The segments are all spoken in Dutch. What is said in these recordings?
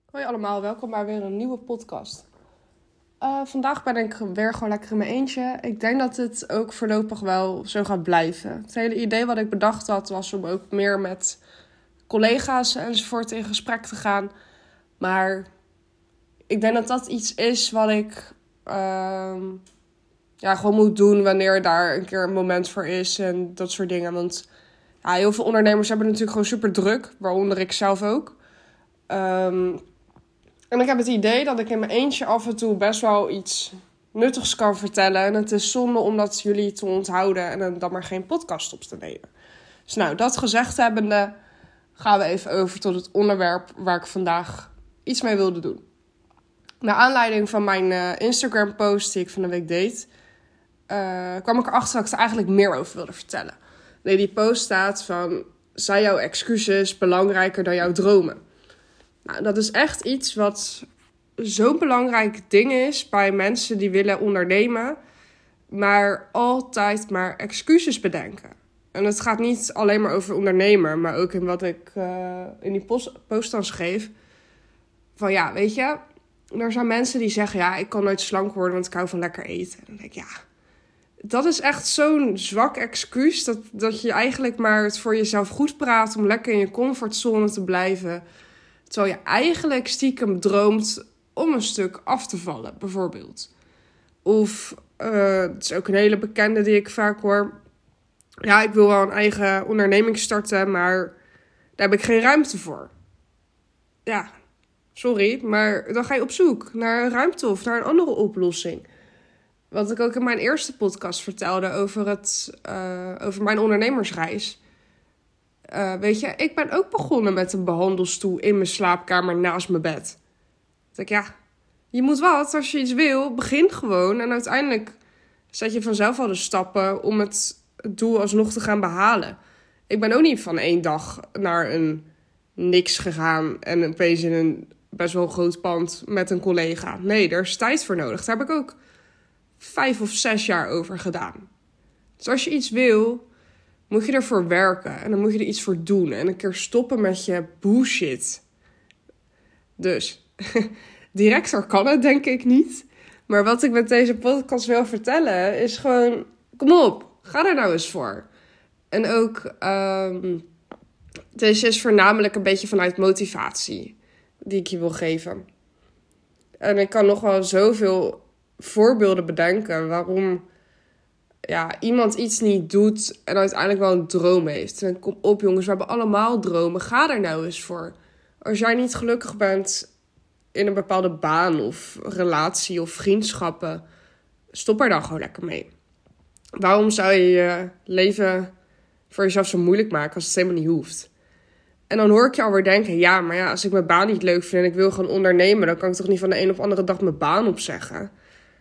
Hoi allemaal, welkom bij weer een nieuwe podcast. Vandaag ben ik weer gewoon lekker in mijn eentje. Ik denk dat het ook voorlopig wel zo gaat blijven. Het hele idee wat ik bedacht had was om ook meer met collega's enzovoort in gesprek te gaan. Maar ik denk dat dat iets is wat ik gewoon moet doen wanneer daar een keer een moment voor is en dat soort dingen. Want heel veel ondernemers hebben natuurlijk gewoon super druk, waaronder ik zelf ook. En ik heb het idee dat ik in mijn eentje af en toe best wel iets nuttigs kan vertellen. En het is zonde om dat jullie te onthouden en dan maar geen podcast op te nemen. Dus dat gezegd hebbende, gaan we even over tot het onderwerp waar ik vandaag iets mee wilde doen. Naar aanleiding van mijn Instagram post die ik van de week deed, kwam ik erachter dat ik er eigenlijk meer over wilde vertellen. Nee, die post staat van: zijn jouw excuses belangrijker dan jouw dromen? Nou, dat is echt iets wat zo'n belangrijk ding is bij mensen die willen ondernemen, maar altijd maar excuses bedenken. En het gaat niet alleen maar over ondernemen, maar ook in wat ik in die post dan schreef. Van weet je, er zijn mensen die zeggen, ik kan nooit slank worden, want ik hou van lekker eten. En dan denk ik, dat is echt zo'n zwak excuus, dat je eigenlijk maar het voor jezelf goed praat om lekker in je comfortzone te blijven. Terwijl je eigenlijk stiekem droomt om een stuk af te vallen, bijvoorbeeld. Of, het is ook een hele bekende die ik vaak hoor. Ja, ik wil wel een eigen onderneming starten, maar daar heb ik geen ruimte voor. Ja, sorry, maar dan ga je op zoek naar een ruimte of naar een andere oplossing. Wat ik ook in mijn eerste podcast vertelde over mijn ondernemersreis. Weet je, ik ben ook begonnen met een behandelstoel in mijn slaapkamer naast mijn bed. Je moet wat, als je iets wil, begin gewoon. En uiteindelijk zet je vanzelf al de stappen om het doel alsnog te gaan behalen. Ik ben ook niet van 1 dag naar een niks gegaan en opeens in een best wel groot pand met een collega. Nee, daar is tijd voor nodig. Daar heb ik ook 5 of 6 jaar over gedaan. Dus als je iets wil, moet je ervoor werken en dan moet je er iets voor doen. En een keer stoppen met je bullshit. Dus, directer kan het denk ik niet. Maar wat ik met deze podcast wil vertellen is gewoon, kom op, ga er nou eens voor. En ook, deze is voornamelijk een beetje vanuit motivatie die ik je wil geven. En ik kan nog wel zoveel voorbeelden bedenken waarom iemand iets niet doet en uiteindelijk wel een droom heeft. En kom op jongens, we hebben allemaal dromen. Ga er nou eens voor. Als jij niet gelukkig bent in een bepaalde baan of relatie of vriendschappen, stop er dan gewoon lekker mee. Waarom zou je je leven voor jezelf zo moeilijk maken als het helemaal niet hoeft? En dan hoor ik je alweer denken, maar als ik mijn baan niet leuk vind en ik wil gewoon ondernemen, dan kan ik toch niet van de een op andere dag mijn baan opzeggen?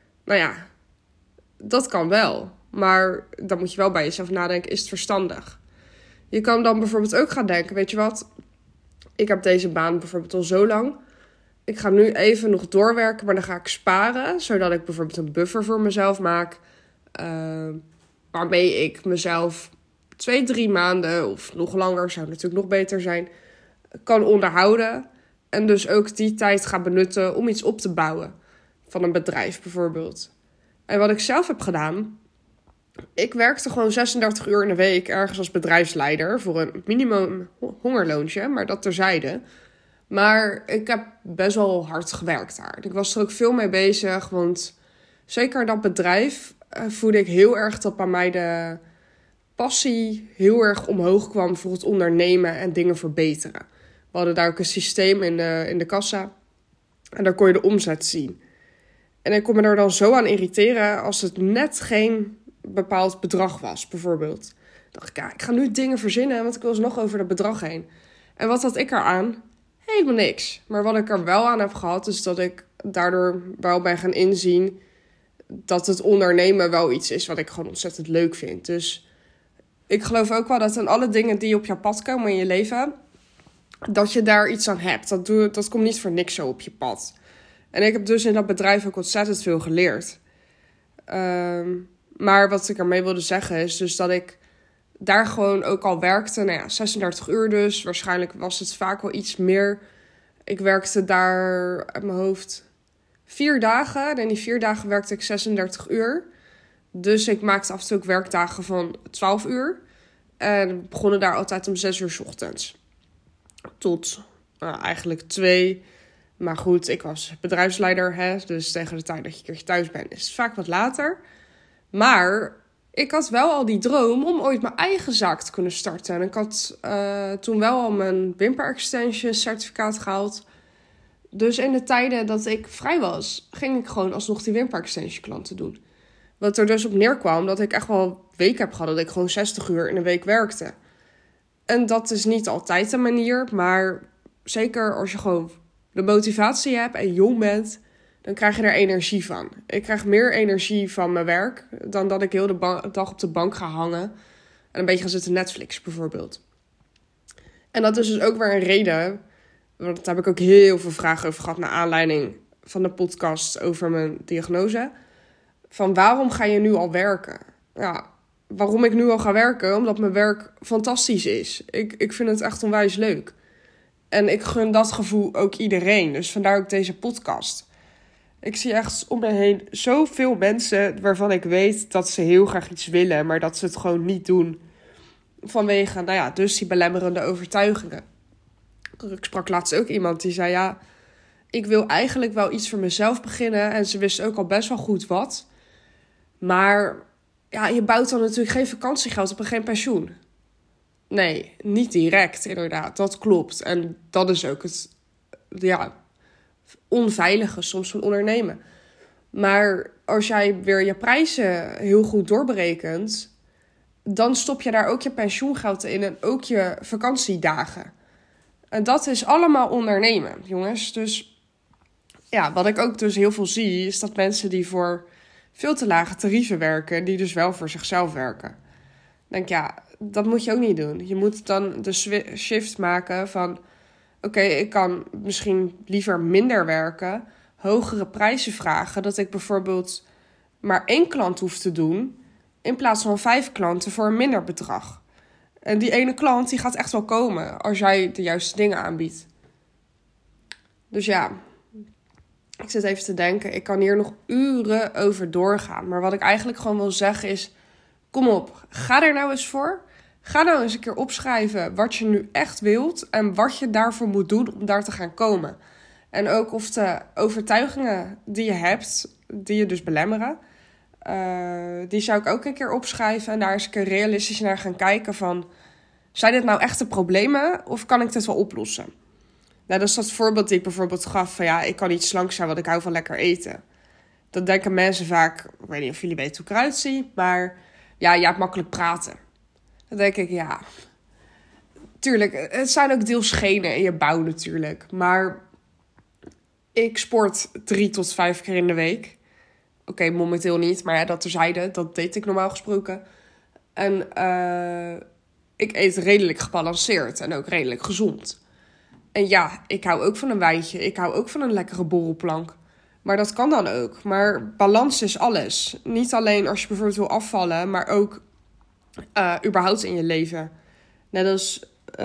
Dat kan wel. Maar dan moet je wel bij jezelf nadenken, is het verstandig? Je kan dan bijvoorbeeld ook gaan denken, weet je wat? Ik heb deze baan bijvoorbeeld al zo lang. Ik ga nu even nog doorwerken, maar dan ga ik sparen. Zodat ik bijvoorbeeld een buffer voor mezelf maak. Waarmee ik mezelf 2-3 maanden of nog langer, zou natuurlijk nog beter zijn, kan onderhouden. En dus ook die tijd ga benutten om iets op te bouwen. Van een bedrijf bijvoorbeeld. En wat ik zelf heb gedaan, ik werkte gewoon 36 uur in de week ergens als bedrijfsleider voor een minimum hongerloontje, maar dat terzijde. Maar ik heb best wel hard gewerkt daar. En ik was er ook veel mee bezig, want zeker in dat bedrijf voelde ik heel erg dat bij mij de passie heel erg omhoog kwam voor het ondernemen en dingen verbeteren. We hadden daar ook een systeem in de kassa en daar kon je de omzet zien. En ik kon me er dan zo aan irriteren als het net geen bepaald bedrag was, bijvoorbeeld. Dan dacht ik, ik ga nu dingen verzinnen, want ik wil nog over dat bedrag heen. En wat had ik eraan? Helemaal niks. Maar wat ik er wel aan heb gehad, is dat ik daardoor wel ben gaan inzien dat het ondernemen wel iets is wat ik gewoon ontzettend leuk vind. Dus ik geloof ook wel dat aan alle dingen die op jouw pad komen in je leven, dat je daar iets aan hebt. Dat komt niet voor niks zo op je pad. En ik heb dus in dat bedrijf ook ontzettend veel geleerd. Maar wat ik ermee wilde zeggen is dus dat ik daar gewoon ook al werkte. 36 uur dus. Waarschijnlijk was het vaak wel iets meer. Ik werkte daar uit mijn hoofd 4 dagen. En in die 4 dagen werkte ik 36 uur. Dus ik maakte af en toe ook werkdagen van 12 uur. En we begonnen daar altijd om 6 uur 's ochtends. Tot eigenlijk 2. Maar goed, ik was bedrijfsleider. Dus tegen de tijd dat je een keertje thuis bent is het vaak wat later. Maar ik had wel al die droom om ooit mijn eigen zaak te kunnen starten. En ik had toen wel al mijn Wimper Extension certificaat gehaald. Dus in de tijden dat ik vrij was, ging ik gewoon alsnog die Wimper Extension klanten doen. Wat er dus op neerkwam dat ik echt wel weken heb gehad dat ik gewoon 60 uur in een week werkte. En dat is niet altijd de manier, maar zeker als je gewoon de motivatie hebt en jong bent, dan krijg je er energie van. Ik krijg meer energie van mijn werk dan dat ik heel de dag op de bank ga hangen en een beetje ga zitten Netflix bijvoorbeeld. En dat is dus ook weer een reden, want daar heb ik ook heel veel vragen over gehad naar aanleiding van de podcast over mijn diagnose. Van waarom ga je nu al werken? Ja, waarom ik nu al ga werken? Omdat mijn werk fantastisch is. Ik vind het echt onwijs leuk. En ik gun dat gevoel ook iedereen. Dus vandaar ook deze podcast. Ik zie echt om me heen zoveel mensen waarvan ik weet dat ze heel graag iets willen, maar dat ze het gewoon niet doen. Vanwege, dus die belemmerende overtuigingen. Ik sprak laatst ook iemand die zei, ja, ik wil eigenlijk wel iets voor mezelf beginnen. En ze wist ook al best wel goed wat. Maar ja, je bouwt dan natuurlijk geen vakantiegeld op en geen pensioen. Nee, niet direct, inderdaad. Dat klopt. En dat is ook het onveilige soms van ondernemen. Maar als jij weer je prijzen heel goed doorberekent, dan stop je daar ook je pensioengeld in en ook je vakantiedagen. En dat is allemaal ondernemen, jongens. Dus ja, wat ik ook dus heel veel zie, is dat mensen die voor veel te lage tarieven werken, die dus wel voor zichzelf werken. Ik denk, dat moet je ook niet doen. Je moet dan de shift maken van, oké, ik kan misschien liever minder werken, hogere prijzen vragen, dat ik bijvoorbeeld maar 1 klant hoef te doen, in plaats van 5 klanten voor een minder bedrag. En die ene klant die gaat echt wel komen als jij de juiste dingen aanbiedt. Dus ja, ik zit even te denken, ik kan hier nog uren over doorgaan. Maar wat ik eigenlijk gewoon wil zeggen is, kom op, ga er nou eens voor. Ga nou eens een keer opschrijven wat je nu echt wilt en wat je daarvoor moet doen om daar te gaan komen. En ook of de overtuigingen die je hebt, die je dus belemmeren, die zou ik ook een keer opschrijven en daar eens een keer realistisch naar gaan kijken van, zijn dit nou echte problemen of kan ik dit wel oplossen? Nou, dat is dat voorbeeld die ik bijvoorbeeld gaf van, ik kan niet slank zijn, want ik hou van lekker eten. Dat denken mensen vaak, ik weet niet of jullie weten hoe ik eruit zie, maar je hebt makkelijk praten. Dan denk ik, tuurlijk, het zijn ook deels genen in je bouw natuurlijk. Maar ik sport 3 tot 5 keer in de week. Oké, momenteel niet, maar dat terzijde, dat deed ik normaal gesproken. En ik eet redelijk gebalanceerd en ook redelijk gezond. En ik hou ook van een wijntje, ik hou ook van een lekkere borrelplank. Maar dat kan dan ook. Maar balans is alles. Niet alleen als je bijvoorbeeld wil afvallen, maar ook überhaupt in je leven. Net als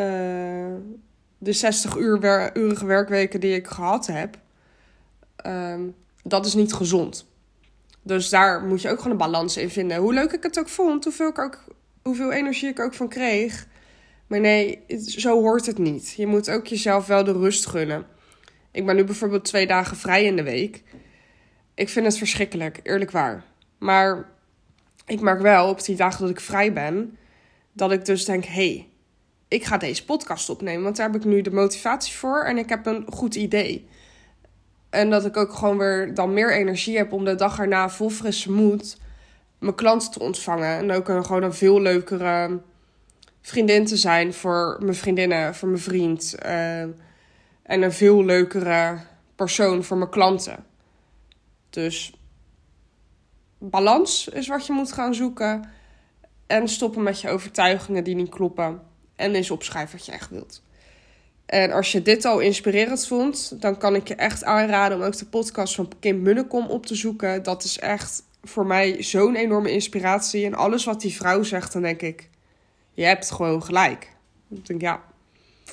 de 60-urige werkweken die ik gehad heb. Dat is niet gezond. Dus daar moet je ook gewoon een balans in vinden. Hoe leuk ik het ook vond, hoeveel energie ik ook van kreeg. Maar nee, zo hoort het niet. Je moet ook jezelf wel de rust gunnen. Ik ben nu bijvoorbeeld 2 dagen vrij in de week. Ik vind het verschrikkelijk, eerlijk waar. Maar ik merk wel op die dagen dat ik vrij ben, dat ik dus denk, ik ga deze podcast opnemen. Want daar heb ik nu de motivatie voor en ik heb een goed idee. En dat ik ook gewoon weer dan meer energie heb om de dag erna vol frisse moed mijn klanten te ontvangen. En ook gewoon een veel leukere vriendin te zijn voor mijn vriendinnen, voor mijn vriend. En een veel leukere persoon voor mijn klanten. Dus balans is wat je moet gaan zoeken. En stoppen met je overtuigingen die niet kloppen. En eens opschrijven wat je echt wilt. En als je dit al inspirerend vond, dan kan ik je echt aanraden om ook de podcast van Kim Munnekom op te zoeken. Dat is echt voor mij zo'n enorme inspiratie. En alles wat die vrouw zegt, dan denk ik, je hebt gewoon gelijk. Ik denk,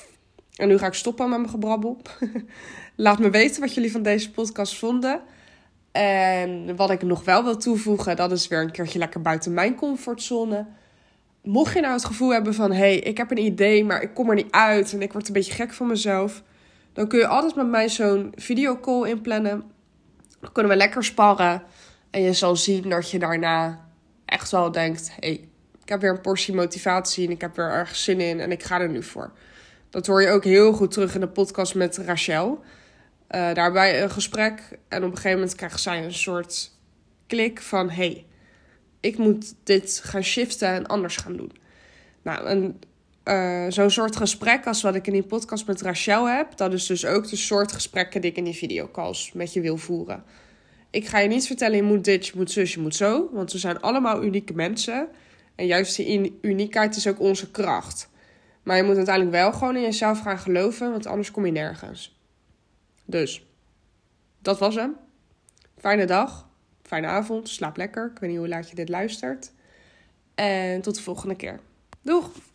En nu ga ik stoppen met mijn gebrabbel. Laat me weten wat jullie van deze podcast vonden. En wat ik nog wel wil toevoegen, dat is weer een keertje lekker buiten mijn comfortzone. Mocht je nou het gevoel hebben van, ik heb een idee, maar ik kom er niet uit en ik word een beetje gek van mezelf, dan kun je altijd met mij zo'n videocall inplannen. Dan kunnen we lekker sparren. En je zal zien dat je daarna echt wel denkt, ik heb weer een portie motivatie en ik heb weer ergens zin in en ik ga er nu voor. Dat hoor je ook heel goed terug in de podcast met Rachel. Daarbij een gesprek en op een gegeven moment krijgt zij een soort klik van, ik moet dit gaan shiften en anders gaan doen. Nou, zo'n soort gesprek als wat ik in die podcast met Rachel heb, dat is dus ook de soort gesprekken die ik in die videocalls met je wil voeren. Ik ga je niet vertellen, je moet dit, je moet zus, je moet zo. Want we zijn allemaal unieke mensen. En juist die uniekheid is ook onze kracht. Maar je moet uiteindelijk wel gewoon in jezelf gaan geloven, want anders kom je nergens. Dus, dat was hem. Fijne dag, fijne avond, slaap lekker. Ik weet niet hoe laat je dit luistert. En tot de volgende keer. Doeg!